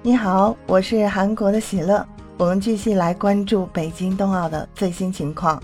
你好，我是韩国的喜乐，我们继续来关注北京冬奥的最新情况。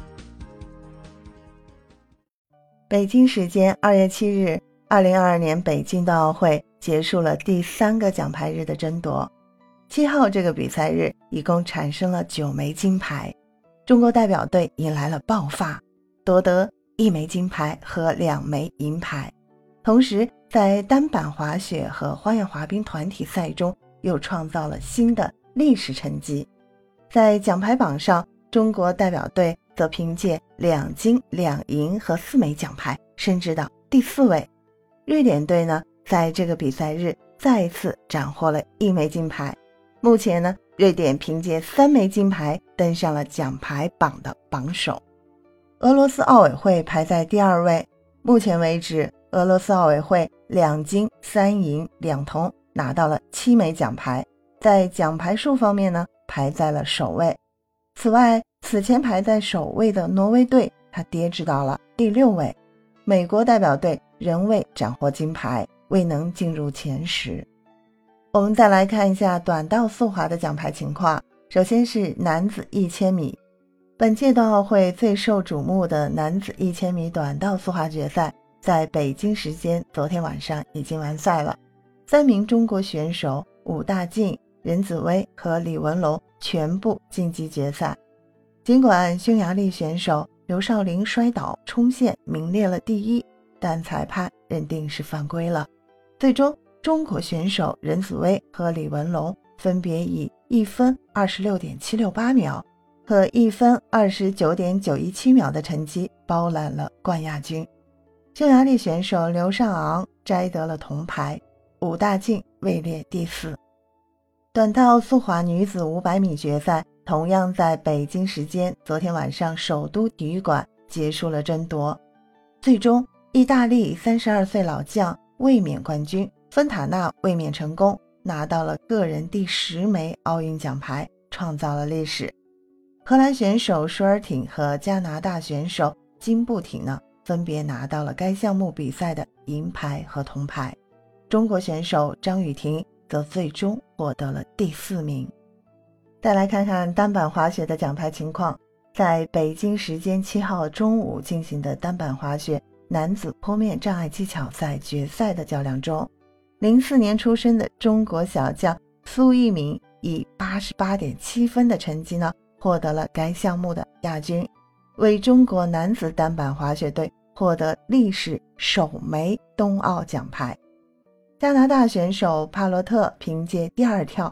北京时间2月7日，2022年北京冬奥会结束了第3个奖牌日的争夺。7号这个比赛日一共产生了9枚金牌，中国代表队迎来了爆发，夺得1枚金牌和2枚银牌。同时在单板滑雪和花样滑冰团体赛中又创造了新的历史成绩。在奖牌榜上，中国代表队则凭借2金2银和4枚奖牌升至到第4位。瑞典队呢，在这个比赛日再一次斩获了1枚金牌。目前呢，瑞典凭借3枚金牌登上了奖牌榜的榜首。俄罗斯奥委会排在第2位，目前为止，俄罗斯奥委会2金3银2铜，拿到了7枚奖牌，在奖牌数方面呢，排在了首位。此外，此前排在首位的挪威队，它跌至到了第6位。美国代表队仍未斩获金牌，未能进入前10。我们再来看一下短道速滑的奖牌情况。首先是男子1000米，本届冬奥会最受瞩目的男子1000米短道速滑决赛在北京时间昨天晚上已经完赛了。3名中国选手武大靖、任子威和李文龙全部晋级决赛。尽管匈牙利选手刘少林摔倒冲线名列了第1，但裁判认定是犯规了。最终中国选手任子威和李文龙分别以1分 26.768 秒和1分 29.917 秒的成绩包揽了冠亚军。匈牙利选手刘尚昂摘得了铜牌，武大靖位列第4。短道速滑女子500米决赛同样在北京时间昨天晚上首都体育馆结束了争夺。最终意大利32岁老将卫冕冠军芬塔纳卫冕成功，拿到了个人第10枚奥运奖牌，创造了历史。荷兰选手舒尔挺和加拿大选手金布挺呢，分别拿到了该项目比赛的银牌和铜牌。中国选手张雨婷则最终获得了第4名。再来看看单板滑雪的奖牌情况。在北京时间7号中午进行的单板滑雪男子坡面障碍技巧赛决赛的较量中，04年出生的中国小将苏翊鸣以 88.7 分的成绩呢，获得了该项目的亚军，为中国男子单板滑雪队获得历史首枚冬奥奖牌。加拿大选手帕洛特凭借第2跳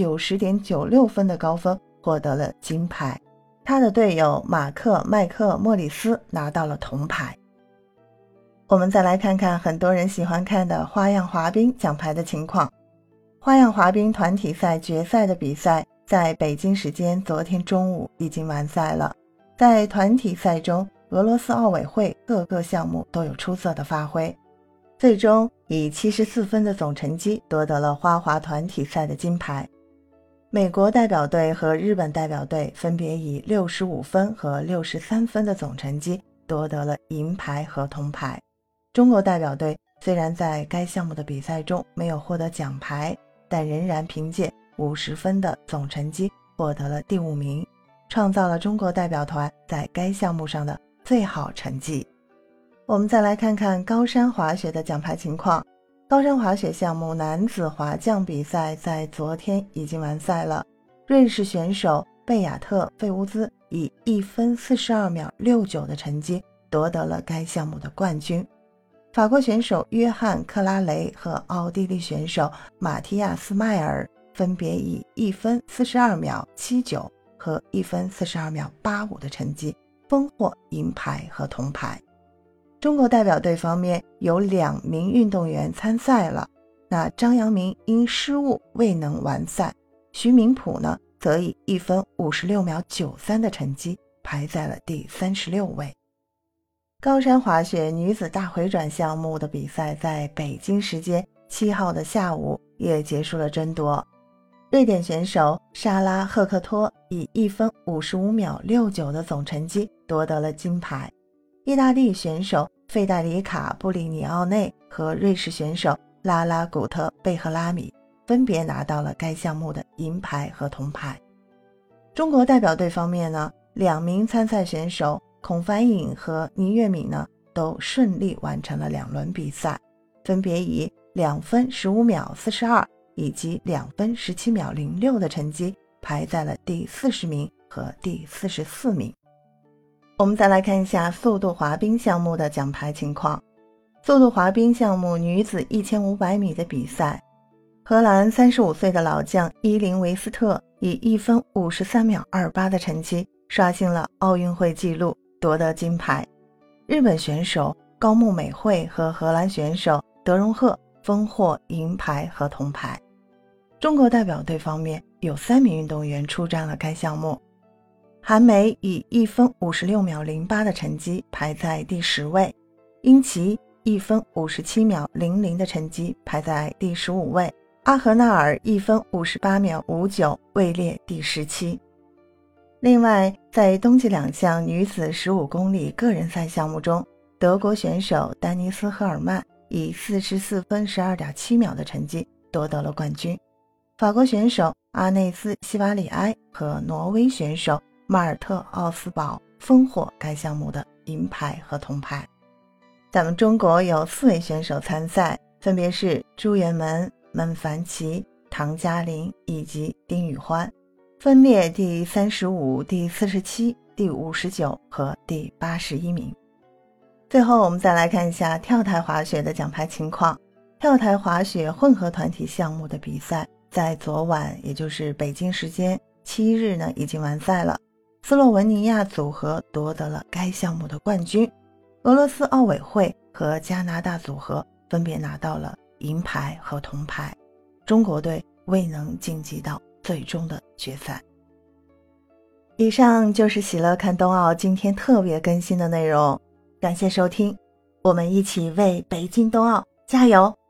90.96 分的高分获得了金牌，他的队友马克麦克莫里斯拿到了铜牌。我们再来看看很多人喜欢看的花样滑冰奖牌的情况。花样滑冰团体赛决赛的比赛在北京时间昨天中午已经完赛了。在团体赛中，俄罗斯奥委会各个项目都有出色的发挥，最终以74分的总成绩夺得了花滑团体赛的金牌。美国代表队和日本代表队分别以65分和63分的总成绩夺得了银牌和铜牌。中国代表队虽然在该项目的比赛中没有获得奖牌，但仍然凭借50分的总成绩获得了第5名，创造了中国代表团在该项目上的最好成绩。我们再来看看高山滑雪的奖牌情况。高山滑雪项目男子滑降比赛在昨天已经完赛了。瑞士选手贝亚特·费乌兹以1分42秒69的成绩夺得了该项目的冠军。法国选手约翰·克拉雷和奥地利选手马提亚斯·迈尔分别以1分42秒79和1分42秒85的成绩分获银牌和铜牌。中国代表队方面有2名运动员参赛了，那张阳明因失误未能完赛，徐明普呢则以1分56秒93的成绩排在了第36位。高山滑雪女子大回转项目的比赛在北京时间7号的下午也结束了争夺。瑞典选手莎拉·赫克托以1分55秒69的总成绩夺得了金牌。意大利选手费代里卡·布里尼奥内和瑞士选手拉拉古特贝赫拉米分别拿到了该项目的银牌和铜牌。中国代表队方面呢，2名参赛选手孔凡颖和倪月敏呢都顺利完成了2轮比赛，分别以2分15秒42以及2分17秒06的成绩排在了第40名和第44名。我们再来看一下速度滑冰项目的奖牌情况。速度滑冰项目女子1500米的比赛，荷兰35岁的老将伊林维斯特以1分53秒28的成绩刷新了奥运会纪录，夺得金牌。日本选手高木美惠和荷兰选手德荣赫分获银牌和铜牌。中国代表队方面有3名运动员出战了该项目，韩梅以1分56秒08的成绩排在第10位，英奇1分57秒00的成绩排在第15位，阿合纳尔1分58秒59位列第17。另外，在冬季2项女子15公里个人赛项目中，德国选手丹尼斯·赫尔曼以44分12.7秒的成绩夺得了冠军，法国选手阿内斯·西瓦里埃和挪威选手马尔特·奥斯堡分获该项目的银牌和铜牌。咱们中国有4位选手参赛，分别是朱元门、孟凡奇、唐嘉琳以及丁宇欢，分列第35、第47、第59和第81名。最后我们再来看一下跳台滑雪的奖牌情况。跳台滑雪混合团体项目的比赛在昨晚，也就是北京时间7日呢已经完赛了。斯洛文尼亚组合夺得了该项目的冠军，俄罗斯奥委会和加拿大组合分别拿到了银牌和铜牌，中国队未能晋级到最终的决赛。以上就是喜乐看冬奥今天特别更新的内容，感谢收听，我们一起为北京冬奥加油！